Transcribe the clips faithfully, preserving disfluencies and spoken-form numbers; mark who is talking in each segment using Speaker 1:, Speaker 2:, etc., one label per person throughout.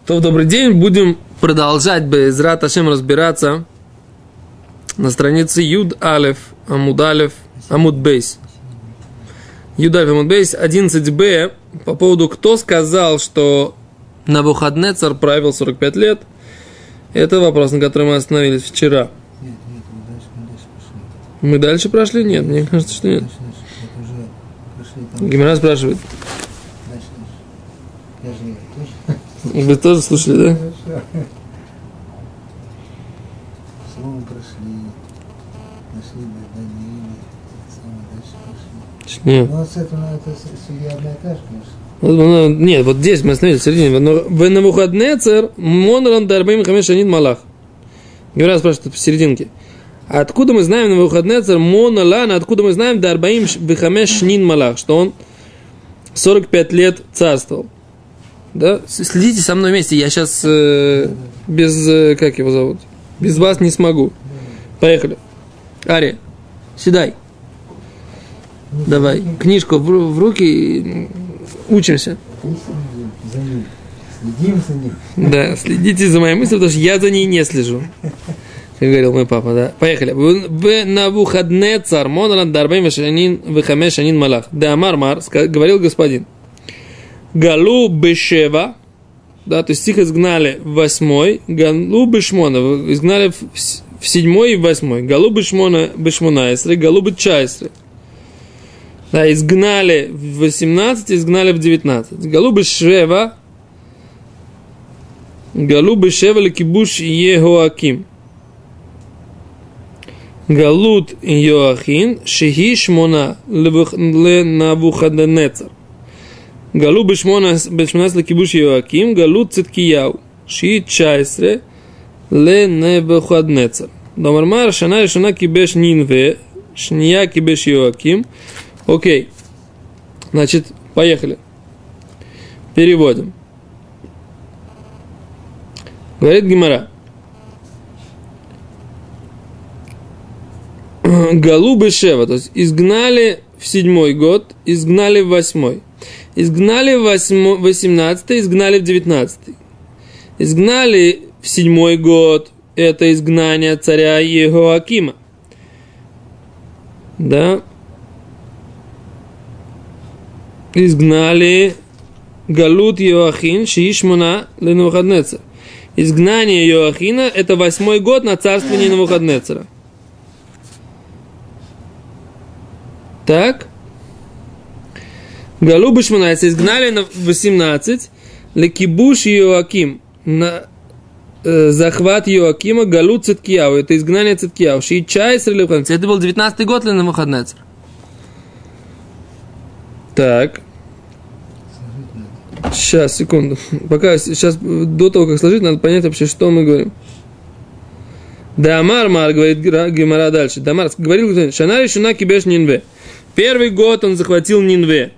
Speaker 1: То, добрый день. Будем продолжать Бе'эзрат Ашем разбираться на странице Юд Алеф Амуд Алеф Амуд Бейс. Юд Алеф Амуд Бейс одиннадцать бэ по поводу, кто сказал, что Навуходнецар правил сорок пять лет. Это вопрос, на котором мы остановились вчера.
Speaker 2: Нет, нет, мы дальше, мы
Speaker 1: Мы дальше
Speaker 2: дальше пошли.
Speaker 1: прошли? Нет, мне кажется, что нет.
Speaker 2: Дальше, дальше. Вот уже прошли там.
Speaker 1: Гемара спрашивает.
Speaker 2: Дальше, дальше. Я же не точно.
Speaker 1: Вы тоже слушали, да?
Speaker 2: Хорошо. Словом прошли. Нашли бы Даниила. Самое дальше пошли.
Speaker 1: Нет.
Speaker 2: Ну, вот с этого, это судья одна и та же, конечно.
Speaker 1: Нет, вот здесь мы остановились в середине. В Навуходнецар Монран Дарбаим Хамеш Анин Малах. Гемара спрашивает в серединке. Откуда мы знаем Навуходнецар Монолан, откуда мы знаем Дарбаим Хамеш Анин Малах, что он сорок пять лет царствовал. Да? Следите со мной вместе, я сейчас э, без, э, как его зовут, без вас не смогу. Поехали. Ария, седай. Давай, книжку в, в руки и учимся.
Speaker 2: За ним. Следим за ним.
Speaker 1: Да, следите за моей мыслью, потому что я за ней не слежу. Как говорил мой папа, да. Поехали. В Навуходнецар Монран Дарбаим Хамеш Анин Малах. Да Амар Мар, говорил господин. Галу Бешева, да, то есть их изгнали в восьмой, Галу Бешмона, изгнали в, в седьмой и в восьмой, Галу Бешмона, Бешмонайсры, Галу Бечайсры. Да, изгнали в восемнадцать, изгнали в девятнадцать. Галу Бешева, Галу Бешева лекибуш Ехоаким. Галут Йоахин, Шехи Шмона Ленавуходнецар. Галу бешмонас лекибуш Йоаким, Галут Циткияу, Ши Чайсре, Ле Навуходнецар. Домармар, Шана и Шана кибеш Нинве, Шния кибеш Йоаким. Окей. Значит, поехали. Переводим. Говорит Гемара. Галу бешева, то есть изгнали в седьмой год, изгнали в восьмой. Изгнали в восемнадцатый, изгнали в девятнадцатый. Изгнали в седьмой год, это изгнание царя Ехоакима. Да. Изгнали Галут Йоахин, Шиишмона Ленавуходнецар. Изгнание Йоахина – это восьмой год на царствование Навуходнецара. Так. Галу Бешмонайса изгнали на восемнадцать, лекибуш Йоаким, на э, захват Йоакима, Галу Циткияу, это изгнание Циткияу, Шиичайс Релевханец, это был девятнадцатый год для Навуходнецара. Так. Сейчас, секунду. Пока, сейчас, до того, как сложить, надо понять вообще, что мы говорим. Дамар Мар, говорит Гемара дальше. Дамар говорил, Шана решена кибеш Нинве. Первый год он захватил Нинве,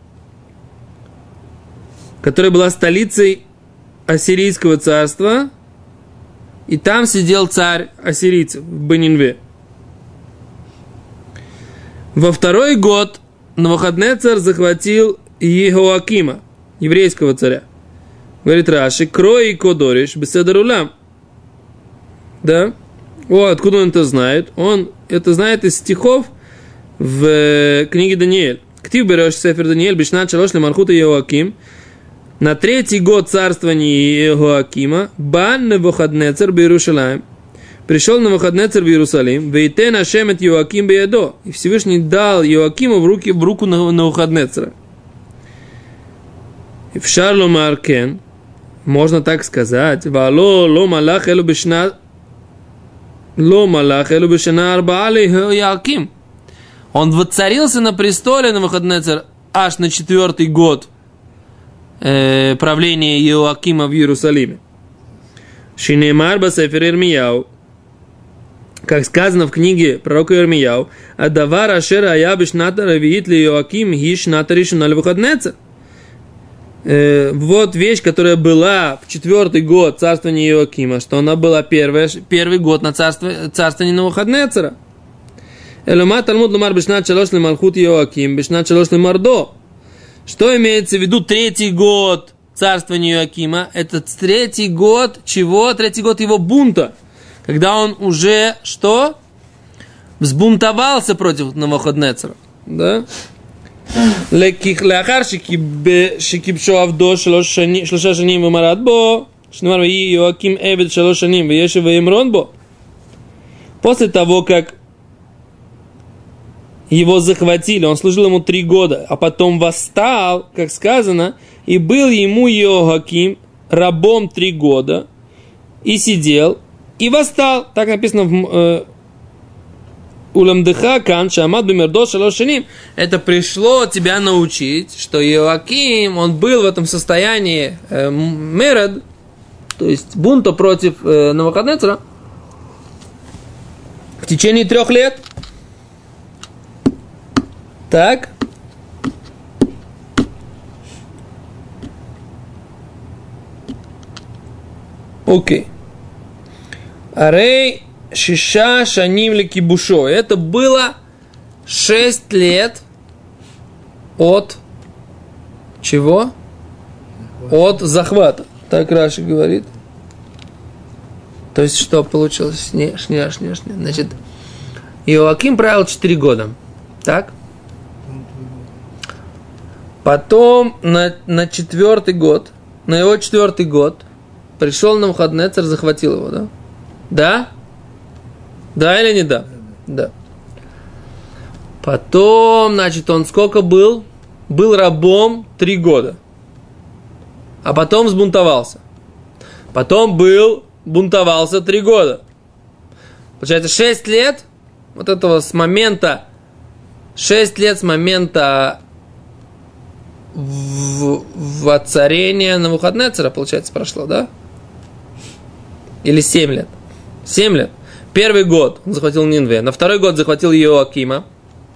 Speaker 1: которая была столицей Ассирийского царства, и там сидел царь ассирийцев в Бенинве. Во второй год Навуходнецар захватил Ехоакима, еврейского царя. Говорит Раши, крой и кодориш беседарулам. Да? О, откуда он это знает? Он это знает из стихов в книге Даниэль. Ктив берешь Сефер Даниэль, бишнат шалош лемархута Ехоаким. На третий год царствования Ехоакима, бан Навуходнецар б'Иерушалаим. Пришел Навуходнецар в Иерусалим, вейтен Ашем эт Йоаким беядо. И Всевышний дал Йоакиму в, руки, в руку Навуходнецара. И в Шарло Маркен, можно так сказать, вало ло малах элу бешна ло малах элу бешна арбаали Йоаким. Он воцарился на престоле Навуходнецар аж на четвертый год э, правления Йоакима в Иерусалиме. Шинеймар басефер Ирмияу, как сказано в книге пророка Ирмияу, адавар ашер ая бешната равиит ли Йоаким ги шната ришуна Навуходнецар. Вот вещь, которая была в четвертый год царствования Йоакима, что она была первая, первый год на царство, царствование Навуходнецара. Элома Талмуд ломар бешнат шалош лемалхут Йоаким, бешнат шалош лемардо. Что имеется в виду третий год царствования Иоакима, это третий год чего? Третий год его бунта. Когда он уже что? Взбунтовался против Навуходоносора. Да? לאחר שכיבשו עבדו שלושה שנים ומרד בו, שנאמר ויהי יואקים עבד שלוש שנים וישב וימרון בו. После того, как его захватили, он служил ему три года, а потом восстал, как сказано, и был ему Йоаким рабом три года, и сидел, и восстал. Так написано в Уламдыха кан шамад бимердо шалош шаним. Это пришло тебя научить, что Йоаким, он был в этом состоянии э, меред, то есть бунта против э, Навуходоносора в течение трех лет. Так. Окей. Арей шиша шаним ли кибушо. Это было шесть лет от чего? От захвата. Так Раши говорит. То есть, что получилось? Не, шня, шня, шня. Значит, Йоаким правил четыре года. Так? Потом на, на четвертый год, на его четвертый год пришел Навуходоносор, захватил его, да? Да? Да или не да? Да. Потом, значит, он сколько был? Был рабом три года. А потом взбунтовался. Потом был, бунтовался три года. Получается, шесть лет вот этого с момента, шесть лет с момента в, воцарения Навуходоносора, получается, прошло, да? Или семь лет? семь лет. Первый год он захватил Нинве, на второй год захватил Йоакима.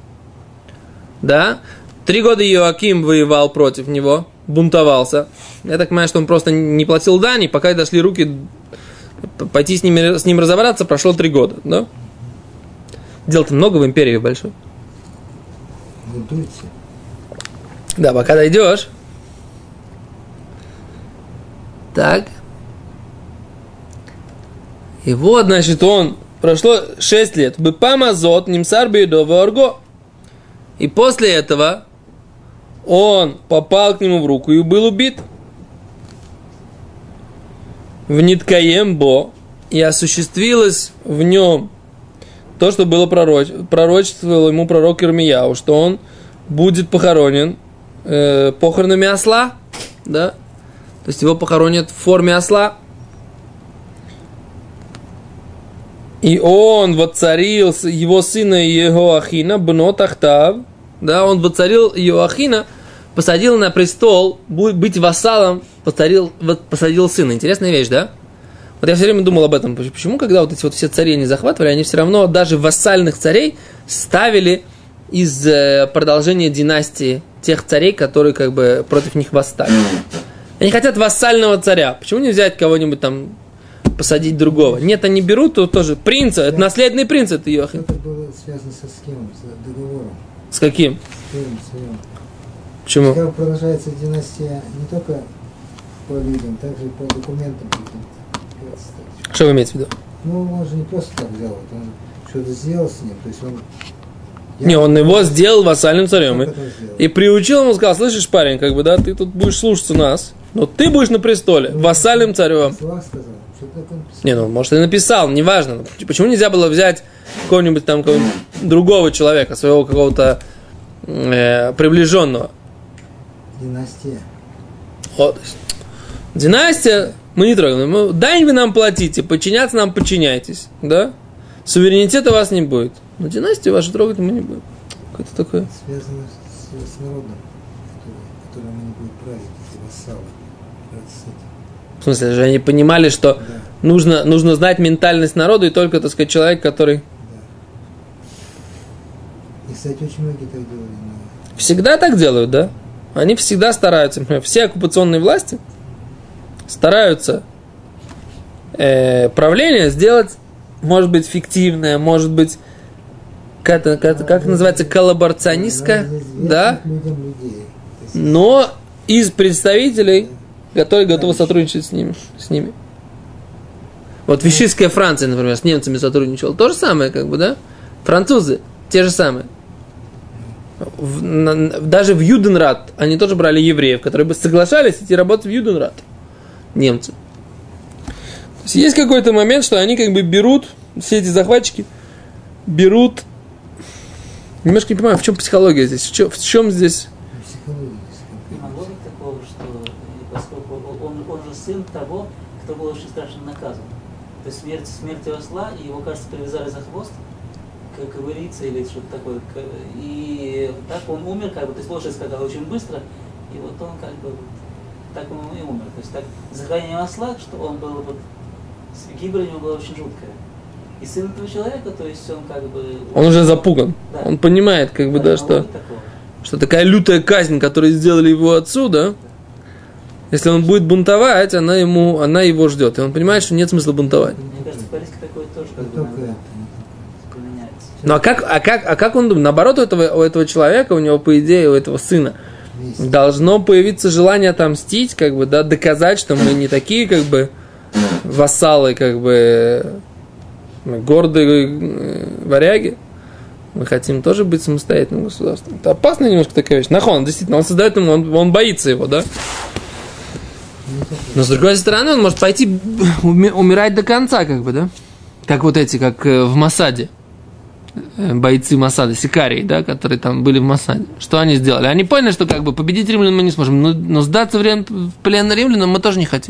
Speaker 1: Да? Три года Йоаким воевал против него, бунтовался. Я так понимаю, что он просто не платил дани, пока дошли руки пойти с, ними, с ним разобраться, прошло три года. Да? Дел-то много в империи большой.
Speaker 2: Бунтуйте.
Speaker 1: Да, пока дойдешь. Так. И вот, значит, он... Прошло шесть лет. Бепамазот, нимсар бейдова орго. И после этого он попал к нему в руку и был убит. В Ниткаембо. И осуществилось в нем то, что было пророч... пророчествовал ему пророк Ирмияу, что он будет похоронен э, похоронами осла. Да? То есть его похоронят в форме осла. И он воцарил его сына Йеhoахина, бно тахтав, да, он воцарил Йеоахина, посадил на престол, быть вассалом, посадил, посадил сына. Интересная вещь, да? Вот я все время думал об этом. Почему, когда вот эти вот все цари не захватывали, они все равно даже вассальных царей ставили из продолжения династии тех царей, которые как бы против них восстали. Они хотят вассального царя. Почему не взять кого-нибудь там, посадить другого? Нет, они берут то, тоже принца, это наследный принц, это Йоахин.
Speaker 2: Это было связано со схемой, с договором.
Speaker 1: С каким?
Speaker 2: С первым царем.
Speaker 1: Почему?
Speaker 2: Когда продолжается династия не только по людям, также и по документам.
Speaker 1: Что вы имеете в виду?
Speaker 2: Ну, он же не просто так взял, вот он что-то сделал с ним, то есть он...
Speaker 1: Не, он его сделал вассальным царем. И, и приучил ему, сказал, слышишь, парень, как бы, да, ты тут будешь слушаться нас, но ты будешь на престоле, вассальным царем.
Speaker 2: Сказал, что-то он писал.
Speaker 1: Не, ну, может, и написал, неважно. Почему нельзя было взять какого-нибудь там какого-нибудь другого человека, своего какого-то э, приближенного?
Speaker 2: Династия.
Speaker 1: Вот. Династия, мы не трогаем. Мы, дай вы нам платите, подчиняться нам подчиняйтесь, да? Суверенитета у вас не будет. Но династию вашу трогать мы не будем. Какое-то такое.
Speaker 2: Связано с, с народом, который, которым они будут править, эти вассалы. С этим.
Speaker 1: В смысле, же они понимали, что
Speaker 2: Да.
Speaker 1: нужно, нужно знать ментальность народа, и только, так сказать, человек, который...
Speaker 2: Да. И, кстати, очень многие так делали. Но...
Speaker 1: Всегда так делают, да? Они всегда стараются. Например, все оккупационные власти стараются э, правление сделать, может быть, фиктивное, может быть, как, как, как это называется, коллаборационистское, да?
Speaker 2: Людям людей. То есть,
Speaker 1: Но из представителей которые готовы сотрудничать с ними. С ними. Вот Вишистская Франция, например, с немцами сотрудничала. То же самое, как бы, да? Французы, те же самые. В, на, даже в Юденрат они тоже брали евреев, которые бы соглашались идти работать в Юденрат. Немцы. То есть есть какой-то момент, что они как бы берут, все эти захватчики берут. Немножко не понимаю, в чем психология здесь, в чем, в чем здесь.
Speaker 3: Не могло быть такого, что поскольку он, он же сын того, кто был очень страшно наказан. То есть смерть, смерть осла, и его, кажется, привязали за хвост, как ковыриться или что-то такое. И так он умер, как бы, то есть лошадь скакала очень быстро, и вот он как бы, так он и умер. То есть так, захоронение осла, что он был, вот, гибель у него была очень жуткая. И сын этого человека, то есть он как бы...
Speaker 1: Он уже запуган.
Speaker 3: Да.
Speaker 1: Он понимает, как бы, да, да что, что такая лютая казнь, которую сделали его отцу, да, если он будет бунтовать, она, ему, она его ждет. И он понимает, что нет смысла бунтовать.
Speaker 3: Мне кажется, политика такое тоже как бы применяется.
Speaker 1: Ну а как, а, как, а как он думает? Наоборот, у этого, у этого человека, у него, по идее, у этого сына должно появиться желание отомстить, как бы, да, доказать, что мы не такие, как бы, вассалы, как бы, гордые варяги. Мы хотим тоже быть самостоятельным государством. Это опасная немножко такая вещь. Нахон, действительно, он создает ему, он, он боится его, да? Но с другой стороны, он может пойти умирать до конца, как бы, да? Как вот эти, как в Моссаде. Бойцы Моссада, сикарии, да, которые там были в Моссаде. Что они сделали? Они поняли, что как бы победить римлян мы не сможем, но, но сдаться в, рем, в плен римлянам мы тоже не хотим.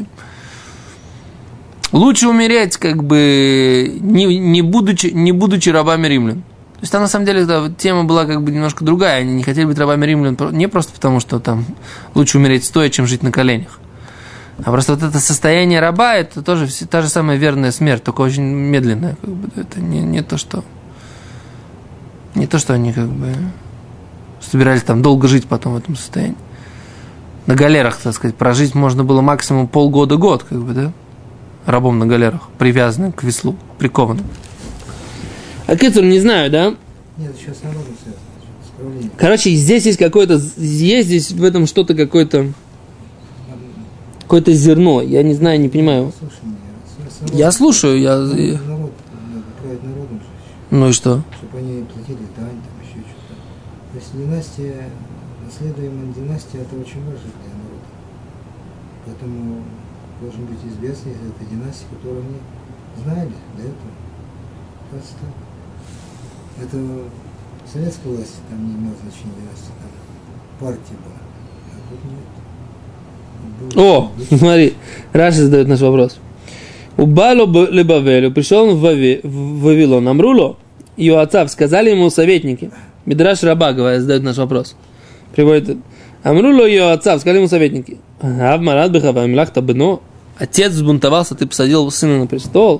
Speaker 1: Лучше умереть, как бы, не, не, будучи, не будучи рабами римлян. То есть там, на самом деле, да, тема была как бы немножко другая. Они не хотели быть рабами римлян не просто потому, что там лучше умереть стоя, чем жить на коленях. А просто вот это состояние раба, это тоже все, та же самая верная смерть, только очень медленная. Как бы, это не, не то, что... Не то, что они как бы собирались там долго жить потом в этом состоянии. На галерах, так сказать, прожить можно было максимум полгода-год, как бы, да? Рабом на галерах, привязанным к веслу, прикованным. А Кицур, не знаю, да?
Speaker 2: Нет, сейчас народу связано.
Speaker 1: Короче, здесь есть какое-то, есть здесь в этом что-то какое-то, какое-то зерно. Я не знаю, не понимаю.
Speaker 2: Слушай меня.
Speaker 1: Я слушаю, я...
Speaker 2: Народ, народ, надо править народом.
Speaker 1: Ну и что?
Speaker 2: Чтобы они платили дань, там еще что-то. То есть династия, наследуемая династия, это очень важно для народа. Поэтому должен быть известен, если это династия, которую они знали до этого. Просто так. Это советская власть там не имела значения династии, там партия была. А тут нет.
Speaker 1: О, смотри, Раши задает наш вопрос. У Балу Лебавелю пришел он в Вавилон, Амруло, и у отца сказали ему советники. Мидраш Раба, говорит, задает наш вопрос. Приводит. Амруло и у отца сказали ему советники. Авмарат бехава милахта бено. Отец взбунтовался, ты посадил сына на престол.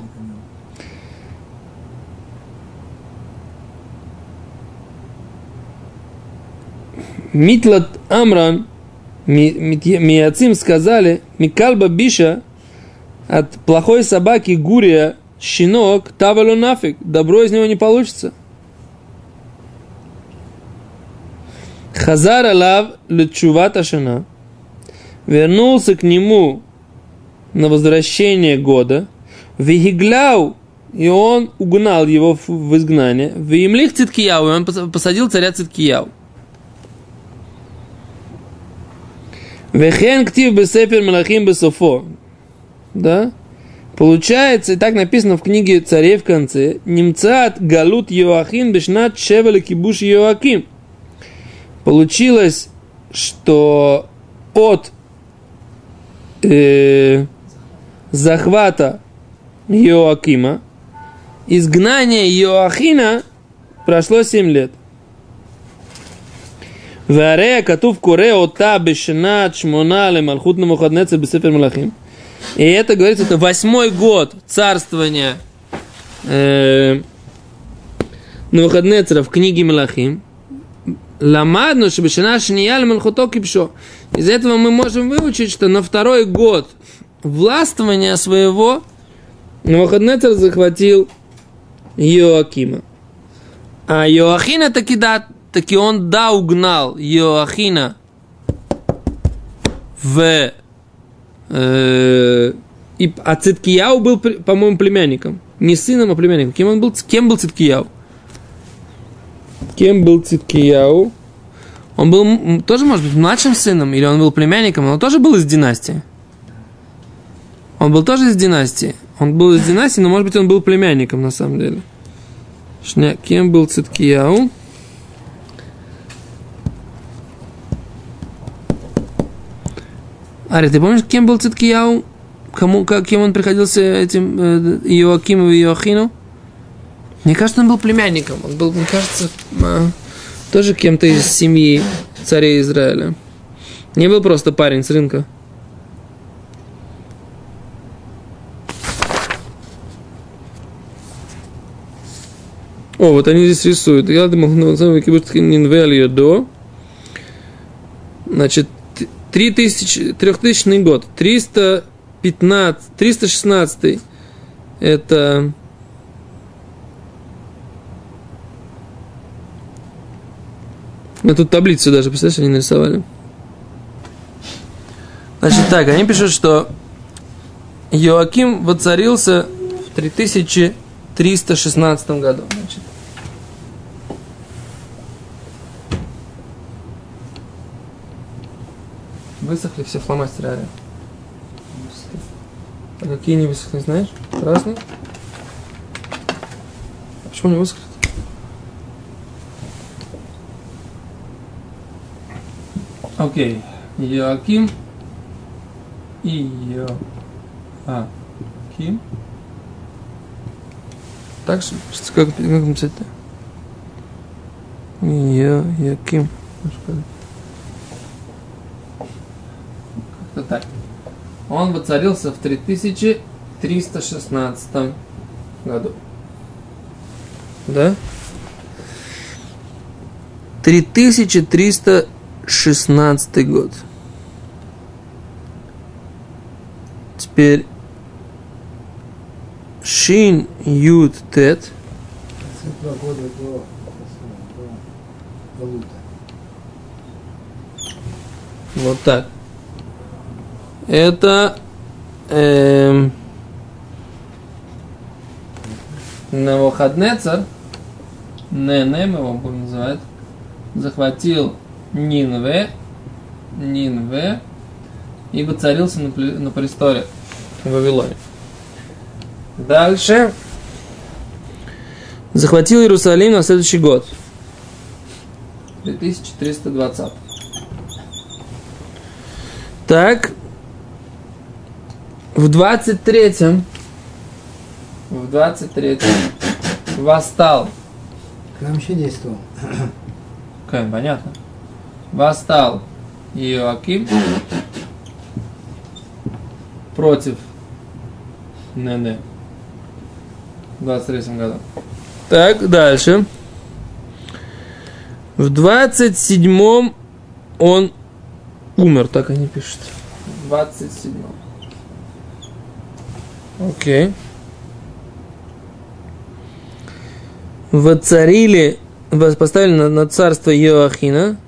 Speaker 1: Митлат Амран, Миацим сказали, Микальба Биша, от плохой собаки Гурия, щенок, тавалу нафиг, добро из него не получится. Хазар алав лечуват ашана, вернулся к нему на возвращение года, вигигляу, и он угнал его в, в изгнание, вимлих Циткияу, и он посадил царя Циткияу. Вехен ктив бесефер малахим бесофо. Да? Получается, и так написано в книге царей в конце, Нимцат галут Йоахин бешнат шевеле кибуш Йоаким. Получилось, что от э, захвата Йоакима, изгнания Йоахина прошло семь лет. Варея катув коре ота бешнат шмона лемалхут намухаднецер бесефер малахим. И это, говорится, это восьмой год царствования э, Навуходоносора в книге Мелахим. Ламадну шебешана шния лемалхуто кипшо. Из этого мы можем выучить, что на второй год властвования своего Навуходоносор захватил Йоакима. А Йоахина таки, да, таки он да угнал Йоахина в Э, и, а Циткияу был, по-моему, племянником. Не сыном, а племянником. Кем он был? Кем был Циткияу? Кем был Циткияу? Он был тоже, может быть, младшим сыном, или он был племянником, но он тоже был из династии. Он был тоже из династии. Он был из династии, но, может быть, он был племянником, на самом деле. Шня, кем был Циткияу? Ари, ты помнишь, кем был Циткияу? Кому, как, кем он приходился этим э, Иоакиму и Иоахину? Мне кажется, он был племянником. Он был, мне кажется, э, тоже кем-то из семьи царей Израиля. Не был просто парень с рынка. О, вот они здесь рисуют. Я думал, значит, трехтысячный год. триста пятнадцать, триста шестнадцатый. Это... Мы тут таблицу даже, представляешь, они нарисовали. Значит, так, они пишут, что Иоаким воцарился в три тысячи триста шестнадцатом году. Значит. Высохли все фломастеры, Ари. А какие не высохли, знаешь? Красные? А почему не высохли? Окей. Иоаким и Иоаким. Так же, как, как написать-то? Иоаким. Как-то так. Он воцарился в три тысячи триста шестнадцатом году. Да? три тысячи триста шестнадцатый год. Теперь Шин Юд Тет.
Speaker 2: Два года до, до, до Лута.
Speaker 1: Вот так. Это эм, Навуходнецар, Нене, мы его будем называть, захватил Нинве, Нинве и воцарился на, на престоле в Вавилоне. Дальше захватил Иерусалим на следующий год, две тысячи триста двадцатый. Так, в двадцать третьем, в двадцать третьем восстал.
Speaker 2: Храм еще действовал.
Speaker 1: Okay, понятно. Восстал Иоаким против Нене в двадцать третьем году. Так, дальше. В двадцать седьмом он умер, так они пишут. В двадцать седьмом. Окей. Воцарили, поставили на, на царство Иоахина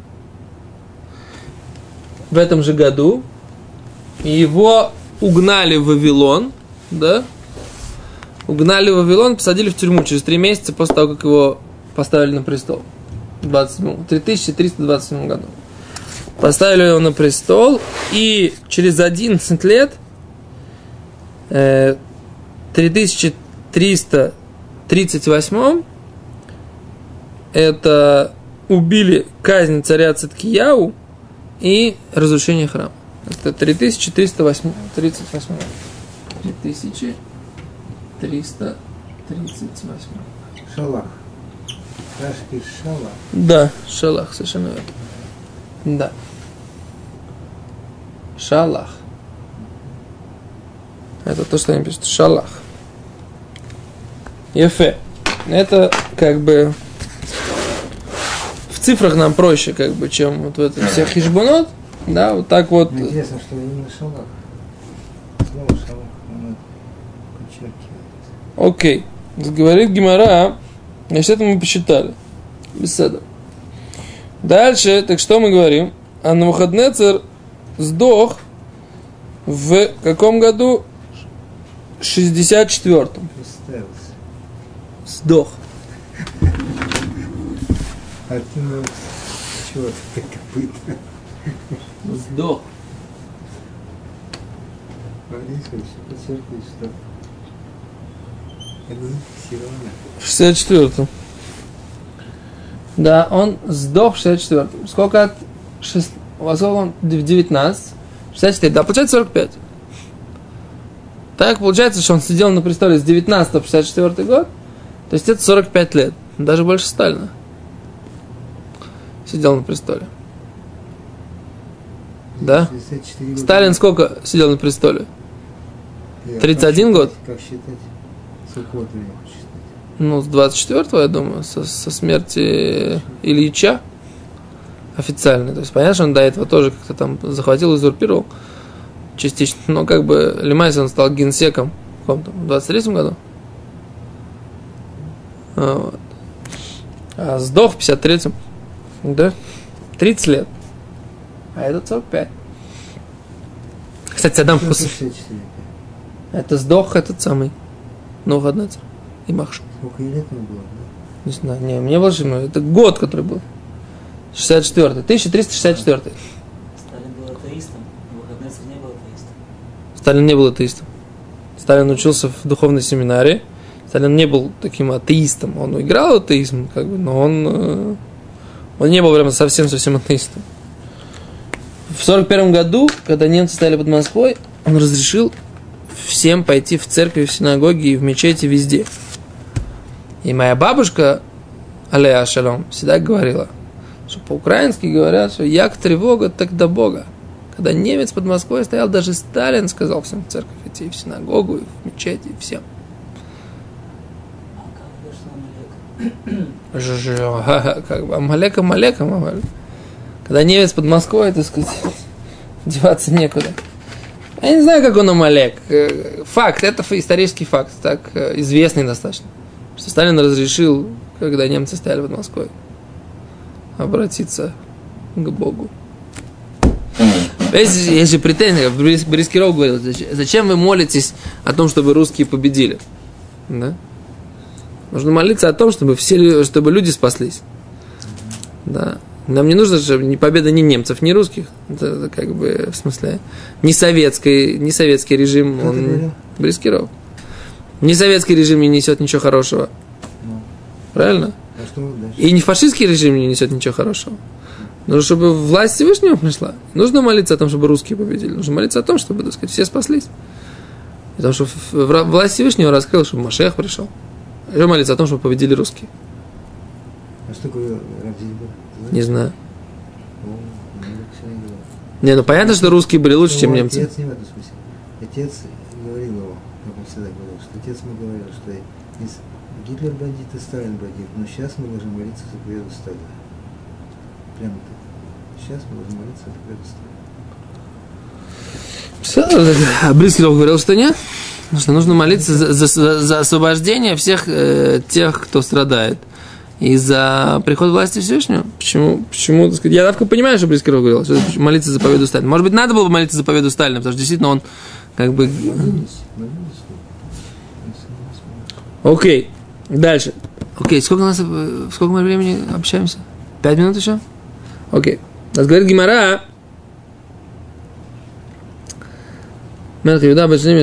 Speaker 1: в этом же году. И его угнали в Вавилон, да? Угнали в Вавилон, посадили в тюрьму через три месяца после того, как его поставили на престол. В три тысячи триста двадцать седьмом году. Поставили его на престол, и через одиннадцать лет, э, три тысячи триста тридцать восьмом, это убили казнь царя Циткияу и разрушение храма. Это три тысячи триста тридцать восемь. три тысячи триста тридцать восемь.
Speaker 2: Шалах. Рашки Шалах.
Speaker 1: Да, Шалах, совершенно верно. Да. Шалах. Это то, что они пишут. Шалах. Ефе. Это как бы в цифрах нам проще, как бы, чем вот в этом всех хишбонот. Да, вот так вот.
Speaker 2: Интересно, что именно Шалах. Слово Шалах. Он подчеркивает.
Speaker 1: Окей. Говорит Гемара. Значит, это мы посчитали. Беседа. Дальше, так что мы говорим? А Навуходнецар сдох в каком году? шестьдесят четвёртом.
Speaker 2: Уставился.
Speaker 1: Сдох.
Speaker 2: А ты, ну, черт, как копыта.
Speaker 1: Сдох.
Speaker 2: Здесь вообще подчеркивает, что это зафиксировано.
Speaker 1: В шестьдесят четвёртом. Да, он сдох в шестьдесят четвёртом. Сколько от шесть... Во сколько он? В девятнадцать. шестьдесят четыре. Да, получается сорок пять. Так получается, что он сидел на престоле с девятнадцатого по шестьдесят четвёртый год. То есть это сорок пять лет. Даже больше Сталина. Сидел на престоле. Да? Сталин сколько сидел на престоле? тридцать один год?
Speaker 2: Как считать? Сколько вот времени считать?
Speaker 1: Ну, с двадцать четвёртого, я думаю, со, со смерти Ильича официально. То есть понятно, что он до этого тоже как-то там захватил, узурпировал частично. Но как бы Лемайс он стал генсеком в каком-то, в двадцать третьем году. Вот. А сдох в пятьдесят третьем. Да? тридцать лет. А этот сорок пять. Кстати, Саддам Хусейн. Это сдох этот самый Навуходоносор и Махши.
Speaker 2: Сколько лет ему было, да?
Speaker 1: Не знаю, не, мне больше, это год, который был. шестьдесят четвёртый, тысяча триста шестьдесят четвёртый.
Speaker 3: Сталин был атеистом, Навуходоносор не был атеистом.
Speaker 1: Сталин не был атеистом. Сталин учился в духовной семинарии. Сталин не был таким атеистом. Он играл в атеизм, как бы, но он, он не был прямо совсем-совсем атеистом. В сорок первом году, когда немцы стояли под Москвой, он разрешил всем пойти в церковь, в синагоги и в мечети везде. И моя бабушка, алея шалом, всегда говорила, что по-украински говорят, что як тревога, так до Бога. Когда немец под Москвой стоял, даже Сталин сказал всем в церковь идти, и в синагогу, и в мечеть, и всем. Как бы Амалек, Амалек, Амалек. Когда немец под Москвой, так сказать, деваться некуда. Я не знаю, как он Амалек. Факт, это исторический факт, так известный достаточно. Что Сталин разрешил, когда немцы стояли под Москвой, обратиться к Богу. Есть, есть же претензия, Брискиров говорил, зачем вы молитесь о том, чтобы русские победили? Да? Нужно молиться о том, чтобы, все, чтобы люди спаслись. Да. Нам не нужно, чтобы ни победа ни немцев, ни русских. Это, это как бы, в смысле, не советский, не советский режим,
Speaker 2: Кто
Speaker 1: он Брискиров. Не советский режим не несет ничего хорошего.
Speaker 2: Ну.
Speaker 1: Правильно?
Speaker 2: А что дальше?
Speaker 1: И не фашистский режим не несет ничего хорошего. Нужно, чтобы власть Всевышнего пришла. Нужно молиться о том, чтобы русские победили. Нужно молиться о том, чтобы, так сказать, все спаслись. Потому что власть Всевышнего раскрыла, чтобы Машиах пришел. Еще молиться о том, чтобы победили русские.
Speaker 2: А что такое Равдильбер?
Speaker 1: Не знаю.
Speaker 2: О, ну, все не говорят.
Speaker 1: Не, ну понятно, что русские были лучше, чем
Speaker 2: Ну,
Speaker 1: немцы.
Speaker 2: Отец не в этом смысле. Отец говорил его, как он всегда говорил, что отец ему говорил, что из Гитлер бандит и Сталин бандит, но сейчас мы должны молиться за победу Сталина. Прямо так. Сейчас мы должны молиться за победу Сталина.
Speaker 1: А Брискиров говорил, что нет. Что нужно молиться за, за, за освобождение всех э, тех, кто страдает. И за приход власти Всевышнего. Почему? Почему, так сказать, я давка понимаю, что Брискиров говорил, что молиться за победу Сталина. Может быть, надо было бы молиться за победу Сталина, потому что действительно он как бы... Окей, дальше. Окей, сколько у нас, сколько мы времени общаемся? Пять минут еще? Окей. Нас говорит Гемара. מלך יהודה בשנים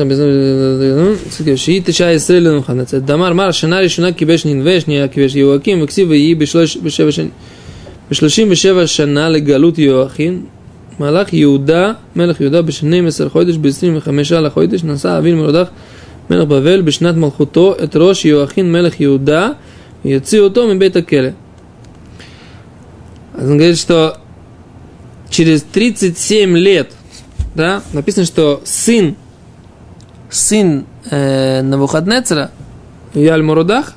Speaker 1: שהיא תשעה עשרה למחנצת. דמר מר שנה ראשונה כיבש ננבה, שנייה כיבש יהואקים, וכסיב ויהי בשלושים ושבע שנה לגלות יהואכים. מלך יהודה, מלך יהודה בשנים עשר חודש, בעשרים וחמישה לחודש, נשא אביל מרדך מלך בבל בשנת מלכותו את ראש יהואכין מלך יהודה, ויוציא אותו מבית הכלא. אז אני говорит, что через тридцать семь лет, да, написано, что сын, сын э, Навуходоносора, Яль Мерудах,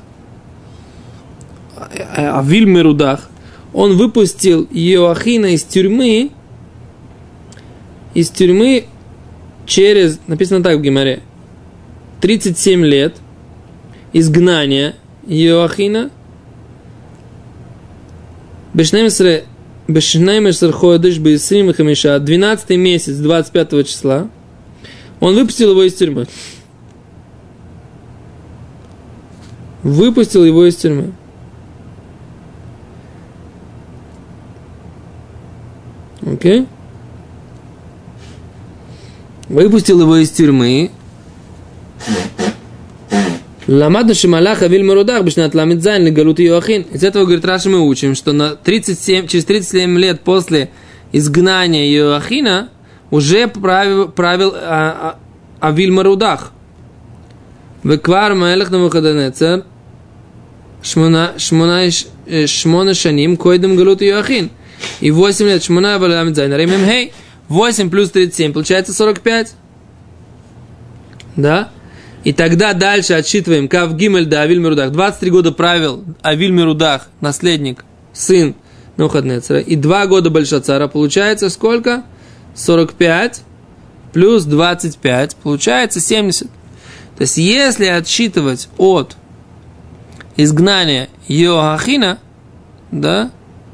Speaker 1: Авиль Мерудах, он выпустил Йоахина из тюрьмы, из тюрьмы через, написано так в Гемаре, тридцать семь лет изгнания Йоахина, Бешнемесре Бешнеймер ходыш бейсрим и хамиша, двенадцатый месяц, двадцать пятого числа, он выпустил его из тюрьмы. Выпустил его из тюрьмы. Окей? Okay. Выпустил его из тюрьмы. Ламаду шималах авиль марудах бешнат ламид зайн легалут Йоахин. Из этого, говорит Раши, мы учим, что на тридцать семь, через тридцать семь лет после изгнания Йоахина уже правил, правил а, а, авиль марудах. Веквар мэлэх Навуходонецер шмона шаним койдем галут Йоахин. И восемь лет шмона ламид зайн ремем хей. восемь плюс тридцать семь получается сорок пять. Да? И тогда дальше отсчитываем Кав Гимель да Авиль Мерудах. двадцать три года правил Авиль Мерудах, наследник, сын Навуходонецера. И два года Бельшацара. Получается сколько? сорок пять плюс двадцать пять. Получается семьдесят. То есть если отсчитывать от изгнания Йоахина, да,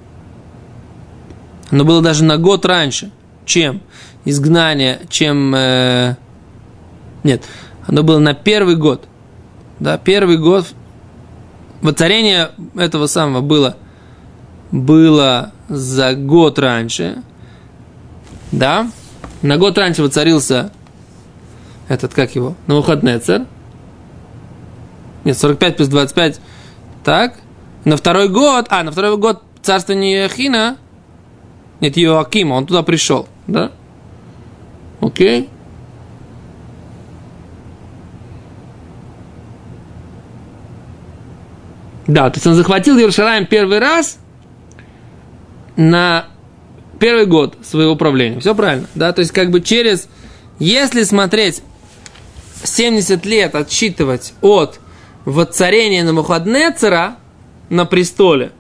Speaker 1: оно было даже на год раньше, чем изгнание, чем... Э, нет, оно было на первый год. Да, первый год воцарение этого самого было, было за год раньше. Да, на год раньше воцарился этот, как его, Навуходонецер. Нет, сорок пять плюс двадцать пять. Так, на второй год, а, на второй год царствования Йоахина, нет, Йоакима, он туда пришел, да? Окей. Да, то есть он захватил Иерусалим первый раз на первый год своего правления. Все правильно, да? То есть как бы через, если смотреть семьдесят лет отсчитывать от воцарения Навуходонецера на престоле,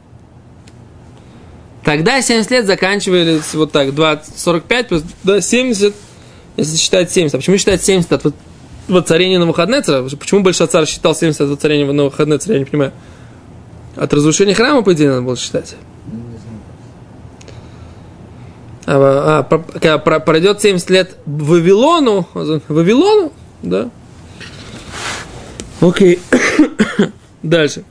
Speaker 1: тогда семьдесят лет заканчивались вот так, двадцать, сорок пять плюс да, семьдесят, если считать семьдесят. А почему считать семьдесят от воцарения Навуходонецера? Почему Бельшацар считал семьдесят от воцарения Навуходонецера, я не понимаю. От разрушения храма, по идее, надо было считать. А, а когда пройдет семьдесят лет Вавилону, Вавилону, да? Окей. Дальше.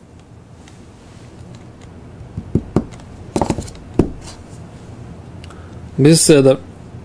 Speaker 1: Беседа.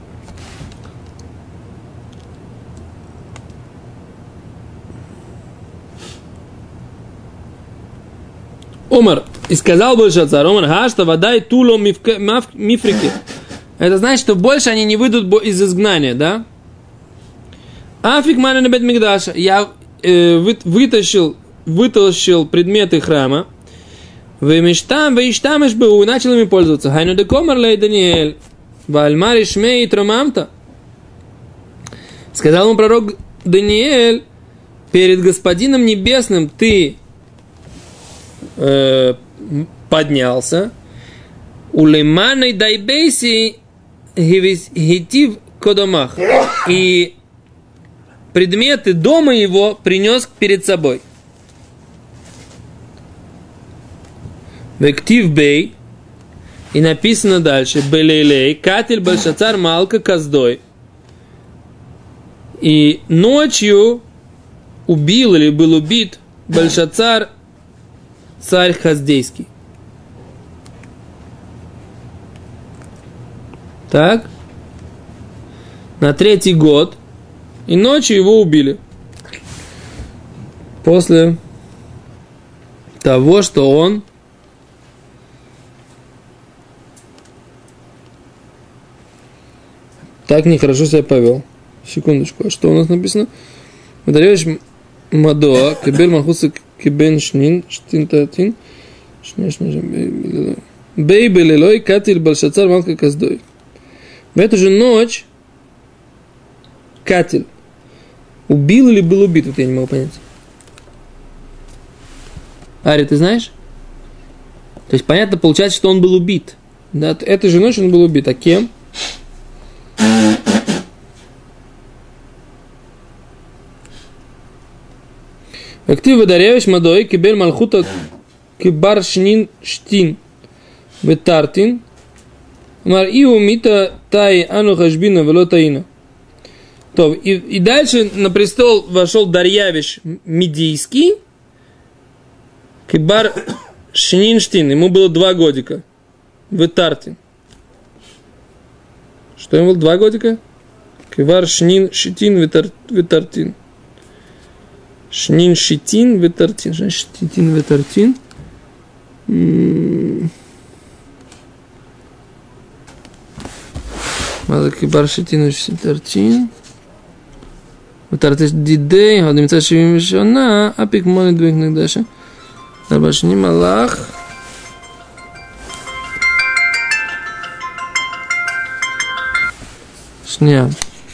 Speaker 1: Омар, и сказал Бельшацар, Омар, хашта водай туло мифрики. Это значит, что больше они не выйдут из изгнания, да? Афик мана на бет мигдаша. Я э, вытащил, вытащил предметы храма. Вемештам, веиштам эшбу, и начал ими пользоваться. Хайну де комар лей Даниэль. Вальмари шмей тромамта. Сказал ему пророк Даниэль, перед господином небесным ты э, поднялся. Улеманой дайбейси хитив кодомах. И предметы дома его принес перед собой. Вектив бей. И написано дальше. Белейлей. Катель Бельшацар Малка Каздой. И ночью убил или был убит Бельшацар, царь Хаздейский. Так. На третий год. И ночью его убили. После того, что он так нехорошо себя повел. Секундочку, а что у нас написано? Выдаешь Мадоа, Кебель Махуса Кебен Шнин, Штинтатин, Бей Белелой, Катиль Бельшацар Малка Каздой. В эту же ночь Катиль убил или был убит? Вот я не могу понять. Ари, ты знаешь? То есть понятно, получается, что он был убит. Да, этой же ночью он был убит. А кем? Актив выдаряешь мадой, кибель малхута кибар шнин штин ветартин Мар иу мита тай ану хашбина вело таина. То, и, и дальше на престол вошел Дарьявиш Медийский, Кибар Шининштин, ему было два годика. Витартин. Что ему было два годика? Кибар Шинин Шитин витар, Витартин. Шинин Шитин Витартин. Шитин Витартин. Маза Кибар Шитин Витартин. ותרתש דידי, עוד נמצא שבעים ושונה, אפיק מוני דבק נקדשה. ארבע שנים הלך. שנייה.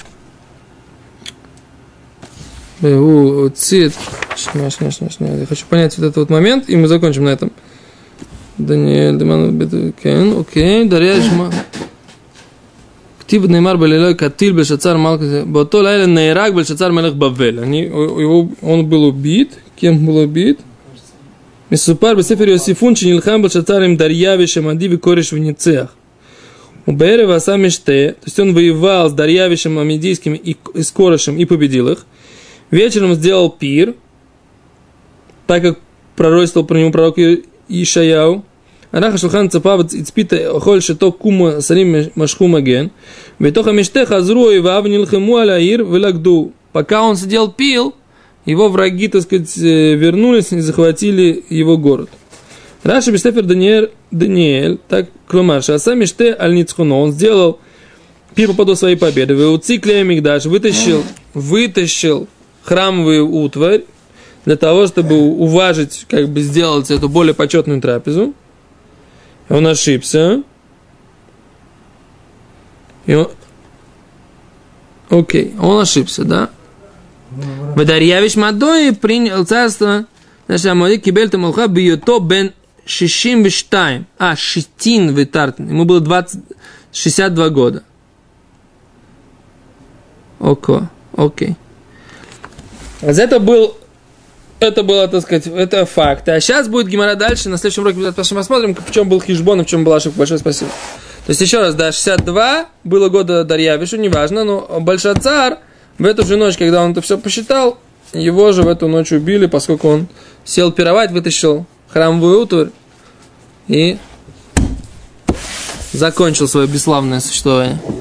Speaker 1: והוא הוציא את... שנייה, שנייה, שנייה, שנייה. אני хочу понять вот этот вот момент, и мы закончим на этом. Даниэль, Деман, כן, אוקיי, דריה שמה... כתיב נאמר בלילוי קטיל בלשצר מלך, באותו לילה נהרג בלשצר מלך בבל. Он был убит. Кем был убит? מסופר בספר יוסיפון שנלחם בלשצר עם דריווש המדי וקורש וניצח. ובערב עשה משתה, то есть он воевал с Дарьявишем Амедийским и с Корешем и победил их. Вечером сделал пир, так как пророчествовал про него пророк Ишаяу. Араха шулхан цапав цпита холь шето кума салим машху маген. Бетоха миште хазру и вав нилхему алаир велагду. Пока он сидел пил, его враги, так сказать, вернулись и захватили его город. Раши бештефер Даниэль, Даниэль, так, кломар, шаса миште аль ницхуно, он сделал пир по поводу своей победы. Веуци клея мигдаш, вытащил, вытащил храмовую утварь для того, чтобы уважить, как бы сделать эту более почетную трапезу. Он ошибся. И он... Окей, он ошибся, да? Дарьявиш Мадой принял царство. Значит, Амоди кибель тамалха бьето бен шишим виштаем. А, шитин витартин. Ему было двадцать, шестьдесят два года. Око, окей. Вот это был... Это было, так сказать, это факт. А сейчас будет гемора дальше. На следующем уроке посмотрим, в чем был хижбон и в чем была ошибка. Большое спасибо. То есть, еще раз, да, шестьдесят два было года Дарьявишу, неважно, но Бальшацар в эту же ночь, когда он это все посчитал, его же в эту ночь убили, поскольку он сел пировать, вытащил храмовую утварь и закончил свое бесславное существование.